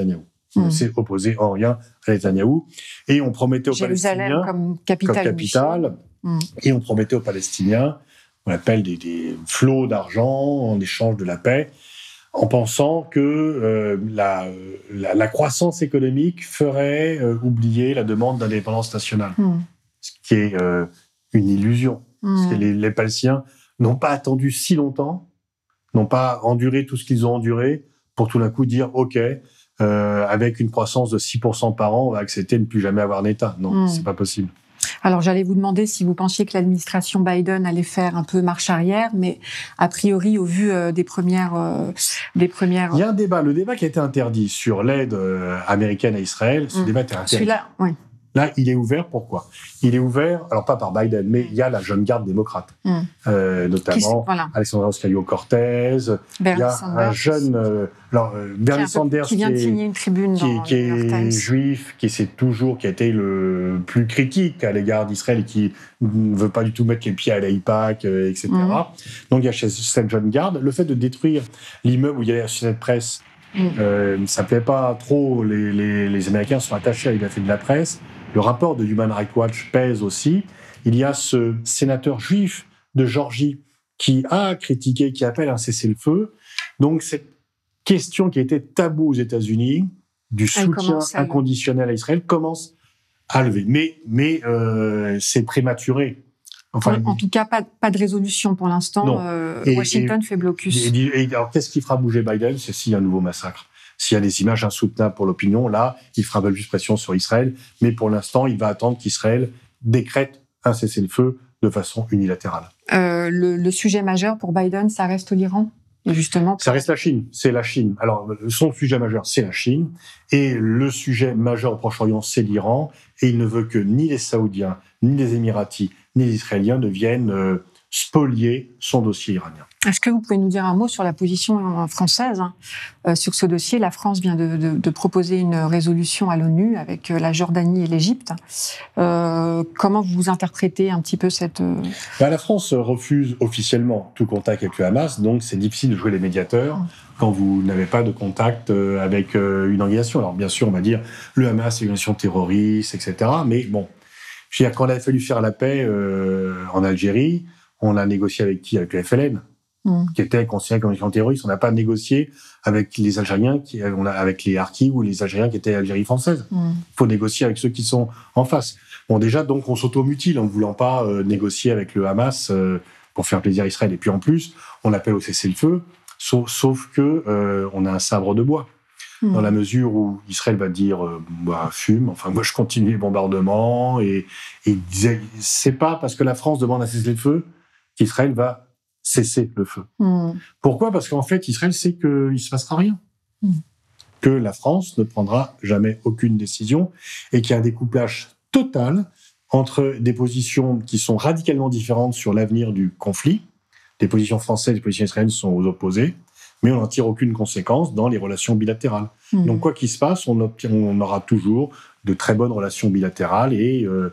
Il mmh. ne s'est opposé en rien à Netanyahou. Et on promettait aux Jérusalem Palestiniens... comme capitale. Comme capitale. Mmh. Et on promettait aux Palestiniens, on appelle des, des flots d'argent en échange de la paix, en pensant que euh, la, la, la croissance économique ferait euh, oublier la demande d'indépendance nationale. Mmh. Ce qui est euh, une illusion. Mmh. Parce que les, les Palestiniens n'ont pas attendu si longtemps, n'ont pas enduré tout ce qu'ils ont enduré, pour tout d'un coup dire « OK, euh, avec une croissance de six pour cent par an, on va accepter de ne plus jamais avoir un État ». Non, mmh. c'est pas possible. Alors, j'allais vous demander si vous pensiez que l'administration Biden allait faire un peu marche arrière, mais a priori, au vu euh, des premières, euh, des premières... Il y a un débat, le débat qui a été interdit sur l'aide euh, américaine à Israël, ce mmh. débat est interdit. Celui-là, oui. Là, il est ouvert, pourquoi ? Il est ouvert, alors pas par Biden, mais il y a la jeune garde démocrate, mmh. euh, notamment voilà. Alexandra Ocasio-Cortez, il y a Sanders. un jeune... Euh, alors, euh, Bernie qui Sanders, qui vient de signer une tribune qui, dans qui est juif, qui c'est toujours, qui a été le plus critique à l'égard d'Israël et qui ne veut pas du tout mettre les pieds à l'AIPAC, euh, et cetera. Mmh. Donc il y a cette jeune garde. Le fait de détruire l'immeuble où il y a la société de presse, mmh. euh, ça ne plaît pas trop. Les, les, les Américains sont attachés à la liberté de la presse. Le rapport de Human Rights Watch pèse aussi. Il y a ce sénateur juif de Géorgie qui a critiqué, qui appelle un cessez-le-feu. Donc, cette question qui était taboue aux États-Unis, du soutien à inconditionnel à Israël, commence à lever. Mais, mais euh, c'est prématuré. Enfin, en, en tout cas, pas, pas de résolution pour l'instant. Euh, et, Washington et, fait blocus. Et, et, et alors, qu'est-ce qui fera bouger Biden ? C'est s'il y a un nouveau massacre. S'il y a des images insoutenables pour l'opinion, là, il fera plus pression sur Israël. Mais pour l'instant, il va attendre qu'Israël décrète un cessez-le-feu de façon unilatérale. Euh, le, le sujet majeur pour Biden, ça reste l'Iran ? Et justement, ça reste la Chine. C'est la Chine. Alors, son sujet majeur, c'est la Chine. Et le sujet majeur au Proche-Orient, c'est l'Iran. Et il ne veut que ni les Saoudiens, ni les Émiratis, ni les Israéliens ne viennent euh, spolier son dossier iranien. Est-ce que vous pouvez nous dire un mot sur la position française hein, euh, sur ce dossier ? La France vient de, de, de proposer une résolution à l'ONU avec la Jordanie et l'Égypte. Euh, comment vous interprétez un petit peu cette... Bah, la France refuse officiellement tout contact avec le Hamas, donc c'est difficile de jouer les médiateurs mmh. quand vous n'avez pas de contact avec une organisation. Alors bien sûr, on va dire le Hamas est une organisation terroriste, et cetera. Mais bon, je veux dire, quand il a fallu faire la paix euh, en Algérie, on a négocié avec qui ? Avec le F L N. Mmh. qui était considéré comme une terroriste. On n'a pas négocié avec les Algériens, qui, on a, avec les Harkis ou les Algériens qui étaient Algérie française. Il mmh. faut négocier avec ceux qui sont en face. Bon, déjà, donc, on s'automutile en ne voulant pas euh, négocier avec le Hamas euh, pour faire plaisir à Israël. Et puis, en plus, on appelle au cessez-le-feu, sauf, sauf que euh, on a un sabre de bois. Mmh. Dans la mesure où Israël va dire euh, bah, fume, enfin, moi, je continue les bombardements. Et, et il disait, c'est pas parce que la France demande un cessez-le-feu qu'Israël va cesser le feu. Mmh. Pourquoi ? Parce qu'en fait, Israël sait qu'il ne se passera rien. Mmh. Que la France ne prendra jamais aucune décision et qu'il y a un découplage total entre des positions qui sont radicalement différentes sur l'avenir du conflit. Les positions françaises et les positions israéliennes sont aux opposés, mais on n'en tire aucune conséquence dans les relations bilatérales. Mmh. Donc, quoi qu'il se passe, on, obtient, on aura toujours de très bonnes relations bilatérales et... Euh,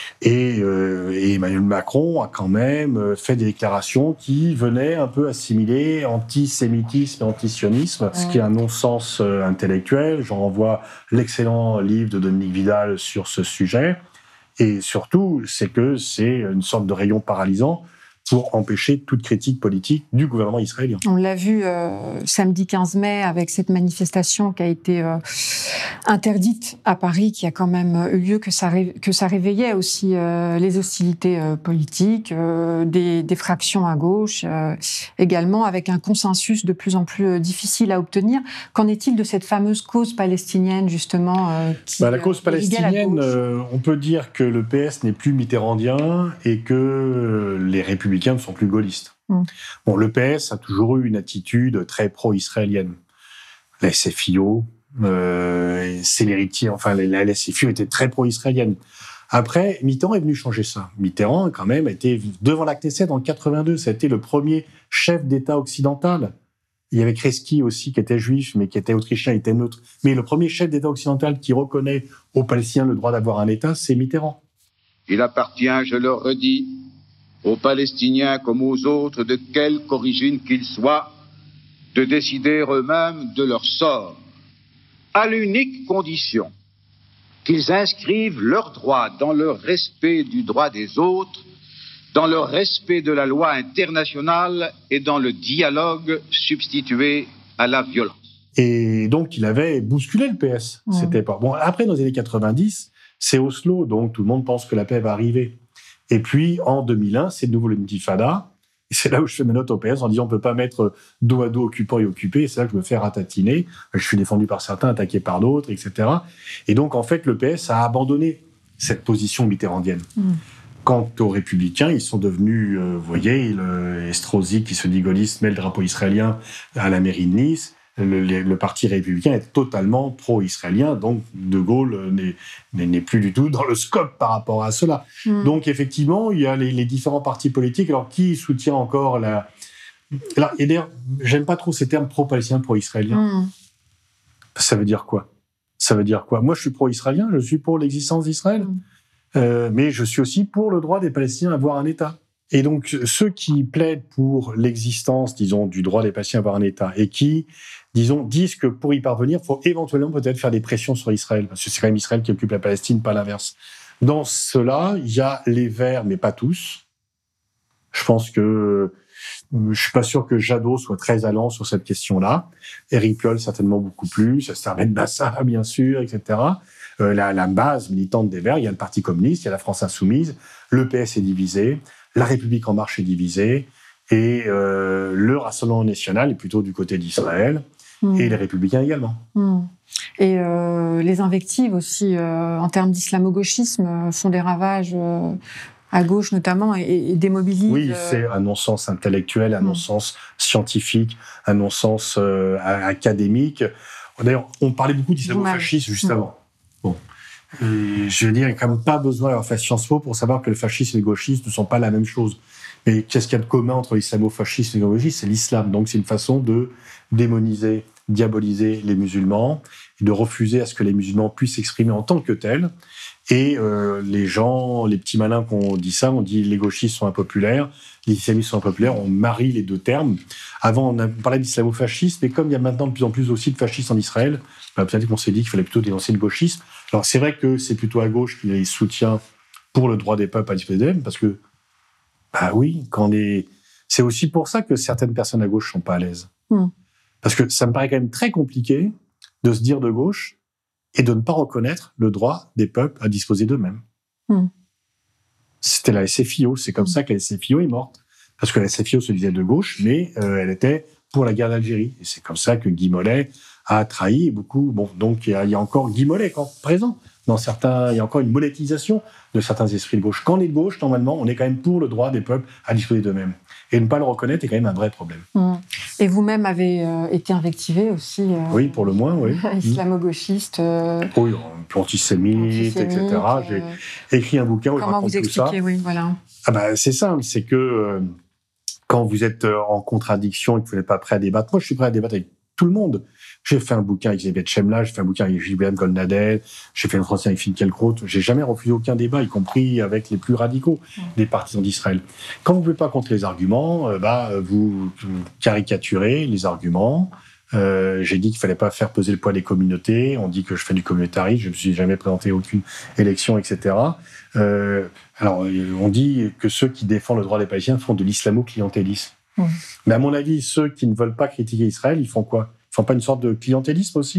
Et, euh, et Emmanuel Macron a quand même fait des déclarations qui venaient un peu assimiler antisémitisme et antisionisme, ouais. ce qui est un non-sens euh, intellectuel. J'en renvoie l'excellent livre de Dominique Vidal sur ce sujet. Et surtout, c'est que c'est une sorte de rayon paralysant pour empêcher toute critique politique du gouvernement israélien. On l'a vu euh, samedi quinze mai avec cette manifestation qui a été euh, interdite à Paris, qui a quand même eu lieu, que ça, ré- que ça réveillait aussi euh, les hostilités euh, politiques, euh, des, des fractions à gauche, euh, également avec un consensus de plus en plus difficile à obtenir. Qu'en est-il de cette fameuse cause palestinienne, justement euh, qui, bah, La cause euh, palestinienne, euh, on peut dire que le P S n'est plus mitterrandien et que euh, les républicains ne sont plus gaullistes. Mmh. Bon, le P S a toujours eu une attitude très pro-israélienne. La S F I O, euh, c'est l'héritier, enfin, la L S F I O était très pro-israélienne. Après, Mitterrand est venu changer ça. Mitterrand, quand même, était devant la Knesset en quatre-vingt-deux. Ça a été le premier chef d'État occidental. Il y avait Kreski aussi, qui était juif, mais qui était autrichien, il était neutre. Mais le premier chef d'État occidental qui reconnaît aux Palestiniens le droit d'avoir un État, c'est Mitterrand. Il appartient, je le redis, aux Palestiniens comme aux autres, de quelque origine qu'ils soient, de décider eux-mêmes de leur sort. à l'unique condition qu'ils inscrivent leurs droits dans le respect du droit des autres, dans le respect de la loi internationale et dans le dialogue substitué à la violence. Et donc, il avait bousculé le P S. Mmh. C'était pas bon. Après, dans les années quatre-vingt-dix, c'est Oslo, donc tout le monde pense que la paix va arriver. Et puis, en deux mille un, c'est de nouveau l'intifada. Et c'est là où je fais mes notes au P S en disant on peut pas mettre dos à dos occupant et occupé. Et c'est là que je me fais ratatiner. Je suis défendu par certains, attaqué par d'autres, et cetera. Et donc, en fait, le P S a abandonné cette position mitterrandienne. Mmh. Quant aux Républicains, ils sont devenus, euh, vous voyez, le Estrosi qui se dit gaulliste met le drapeau israélien à la mairie de Nice. Le, le, le parti républicain est totalement pro-israélien, donc De Gaulle n'est, n'est plus du tout dans le scope par rapport à cela. Mmh. Donc effectivement, il y a les, les différents partis politiques. Alors qui soutient encore la... Alors, et d'ailleurs, j'aime pas trop ces termes pro-palestinien, pro-israélien. Mmh. Ça veut dire quoi ? Ça veut dire quoi ? Moi, je suis pro-israélien, je suis pour l'existence d'Israël, mmh. euh, mais je suis aussi pour le droit des Palestiniens à avoir un État. Et donc, ceux qui plaident pour l'existence, disons, du droit des Palestiniens à avoir un État, et qui, disons, disent que pour y parvenir, il faut éventuellement peut-être faire des pressions sur Israël, parce que c'est quand même Israël qui occupe la Palestine, pas l'inverse. Dans cela, il y a les Verts, mais pas tous. Je pense que je suis pas sûr que Jadot soit très allant sur cette question-là. Éric Piolle, certainement beaucoup plus. Ahmed Bassa, bien sûr, et cetera. Euh, la, la base militante des Verts, il y a le Parti communiste, il y a la France insoumise, le P S est divisé, la République en marche est divisée, et euh, le Rassemblement national est plutôt du côté d'Israël, mmh. et les Républicains également. Mmh. Et euh, les invectives aussi, euh, en termes d'islamo-gauchisme, euh, font des ravages euh, à gauche notamment, et, et démobilisent... Oui, euh... c'est un non-sens intellectuel, un mmh. non-sens scientifique, un non-sens euh, académique. D'ailleurs, on parlait beaucoup d'islamo-fascisme juste mmh. avant. Bon. Et je veux dire, il n'y a quand même pas besoin d'avoir fait Sciences Po pour savoir que le fascisme et le gauchisme ne sont pas la même chose. Mais qu'est-ce qu'il y a de commun entre l'islamo-fascisme et le gauchisme ? C'est l'islam. Donc c'est une façon de démoniser, diaboliser les musulmans, et de refuser à ce que les musulmans puissent s'exprimer en tant que tels. Et euh, les gens, les petits malins qu'on dit ça, on dit les gauchistes sont impopulaires, les islamistes sont impopulaires, on marie les deux termes. Avant, on, a, on parlait d'islamo-fascisme, mais comme il y a maintenant de plus en plus aussi de fascistes en Israël, bah, peut-être qu'on s'est dit qu'il fallait plutôt dénoncer le gauchisme. Alors c'est vrai que c'est plutôt à gauche qu'il y a les soutiens pour le droit des peuples à disposer d'eux-mêmes, parce que, bah oui, quand les... c'est aussi pour ça que certaines personnes à gauche sont pas à l'aise. Mmh. Parce que ça me paraît quand même très compliqué de se dire de gauche et de ne pas reconnaître le droit des peuples à disposer d'eux-mêmes. Mmh. C'était la S F I O, c'est comme mmh. ça que la S F I O est morte. Parce que la S F I O se disait de gauche, mais euh, elle était pour la guerre d'Algérie. Et c'est comme ça que Guy Mollet a trahi beaucoup. Bon, donc il y a, il y a encore Guy Mollet quand présent. Dans certains, il y a encore une monétisation de certains esprits de gauche. Quand on est de gauche, normalement, on est quand même pour le droit des peuples à disposer d'eux-mêmes. Et ne pas le reconnaître est quand même un vrai problème. Mmh. Et vous-même avez euh, été invectivé aussi. Euh, oui, pour le moins, oui. Islamo-gauchiste. Euh, oui, antisémite, antisémite, et cetera. Euh, J'ai écrit un bouquin où je raconte tout ça. Comment vous expliquez, oui, voilà. Ah bah, c'est simple, c'est que euh, quand vous êtes en contradiction et que vous n'êtes pas prêt à débattre, moi je suis prêt à débattre avec tout le monde. J'ai fait un bouquin avec Elisabeth Chemla, j'ai fait un bouquin avec Gilbert Goldnadel, j'ai fait un entretien avec Finkielkraut. J'ai jamais refusé aucun débat, y compris avec les plus radicaux mmh. des partisans d'Israël. Quand vous ne pouvez pas contrer les arguments, euh, bah, vous, vous caricaturez les arguments. Euh, j'ai dit qu'il fallait pas faire peser le poids des communautés. On dit que je fais du communautarisme. Je me suis jamais présenté à aucune élection, et cetera. Euh, alors, on dit que ceux qui défendent le droit des Palestiniens font de l'islamo-clientélisme. Mmh. Mais à mon avis, ceux qui ne veulent pas critiquer Israël, ils font quoi ? Ils font pas une sorte de clientélisme aussi ?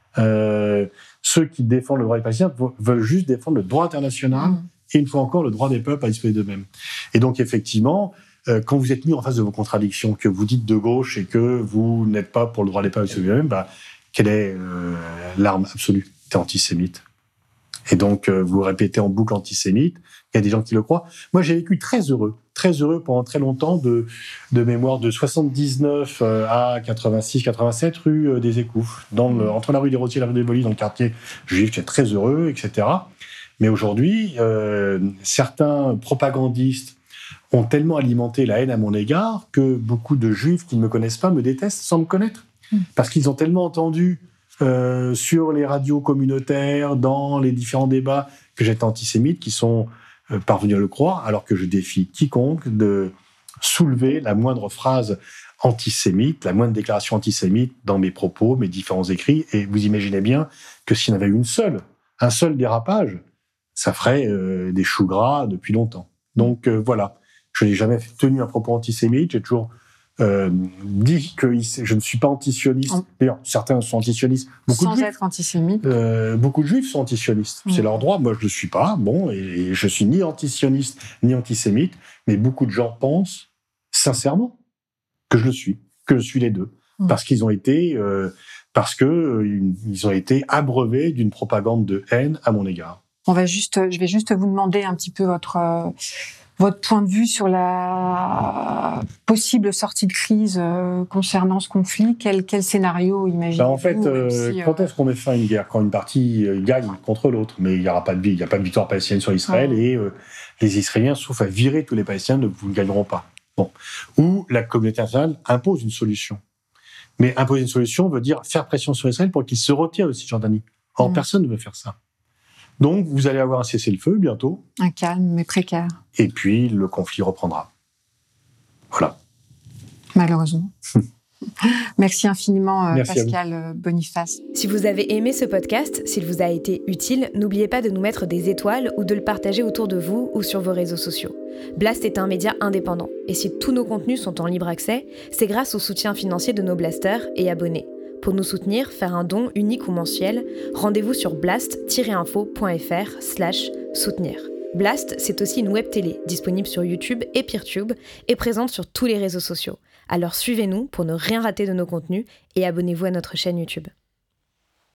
euh, Ceux qui défendent le droit des Palestiniens veulent juste défendre le droit international mmh. et une fois encore le droit des peuples à disposer d'eux-mêmes. Et donc, effectivement, euh, quand vous êtes mis en face de vos contradictions, que vous dites de gauche et que vous n'êtes pas pour le droit des peuples à disposer d'eux-mêmes, bah, quelle est euh, l'arme absolue ? T'es antisémite. Et donc, euh, vous répétez en boucle antisémite. Il y a des gens qui le croient. Moi, j'ai vécu très heureux, très heureux pendant très longtemps de, de mémoire de soixante-dix-neuf à quatre-vingt-six quatre-vingt-sept rue des Écouffes, dans le, entre la rue des Rôtiers et la rue des Bolis, dans le quartier juif. J'étais très heureux, et cetera. Mais aujourd'hui, euh, certains propagandistes ont tellement alimenté la haine à mon égard que beaucoup de juifs qui ne me connaissent pas me détestent sans me connaître. Mmh. Parce qu'ils ont tellement entendu euh, sur les radios communautaires, dans les différents débats, que j'étais antisémite, qui sont euh, parvenus à le croire, alors que je défie quiconque de soulever la moindre phrase antisémite, la moindre déclaration antisémite dans mes propos, mes différents écrits. Et vous imaginez bien que s'il y en avait une seule, un seul dérapage, ça ferait euh, des choux gras depuis longtemps. Donc euh, voilà, je n'ai jamais tenu un propos antisémite, j'ai toujours euh, dit que je ne suis pas antisioniste. En... D'ailleurs, certains sont antisionistes. Beaucoup Sans de juifs, être antisémite. Euh, beaucoup de juifs sont antisionistes. Mmh. C'est leur droit, moi je ne le suis pas. Bon, et, et je suis ni antisioniste ni antisémite, mais beaucoup de gens pensent sincèrement que je le suis, que je suis les deux. Mmh. Parce qu'ils ont été... Euh, parce que euh, ils ont été abreuvés d'une propagande de haine à mon égard. On va juste, je vais juste vous demander un petit peu votre euh, votre point de vue sur la possible sortie de crise euh, concernant ce conflit. Quel quel scénario imaginez-vous? Ben en fait, euh, si, quand euh... est-ce qu'on met fin à une guerre? Quand une partie euh, gagne contre l'autre, mais il y aura pas de il y a pas de victoire palestinienne sur Israël ouais. et euh, les Israéliens, sauf à virer tous les Palestiniens, ne vous ne gagneront pas. Bon, ou la communauté internationale impose une solution. Mais imposer une solution veut dire faire pression sur Israël pour qu'il se retire de Cisjordanie. Or, mmh. personne ne veut faire ça. Donc, vous allez avoir un cessez-le-feu bientôt. Un calme, mais précaire. Et puis, le conflit reprendra. Voilà. Malheureusement. Merci infiniment, Merci Pascal Boniface. Si vous avez aimé ce podcast, s'il vous a été utile, n'oubliez pas de nous mettre des étoiles ou de le partager autour de vous ou sur vos réseaux sociaux. Blast est un média indépendant, et si tous nos contenus sont en libre accès, c'est grâce au soutien financier de nos blasters et abonnés. Pour nous soutenir, faire un don unique ou mensuel, rendez-vous sur blast tiret info point f r slash soutenir. Blast, c'est aussi une web télé, disponible sur YouTube et Peertube, et présente sur tous les réseaux sociaux. Alors suivez-nous pour ne rien rater de nos contenus et abonnez-vous à notre chaîne YouTube.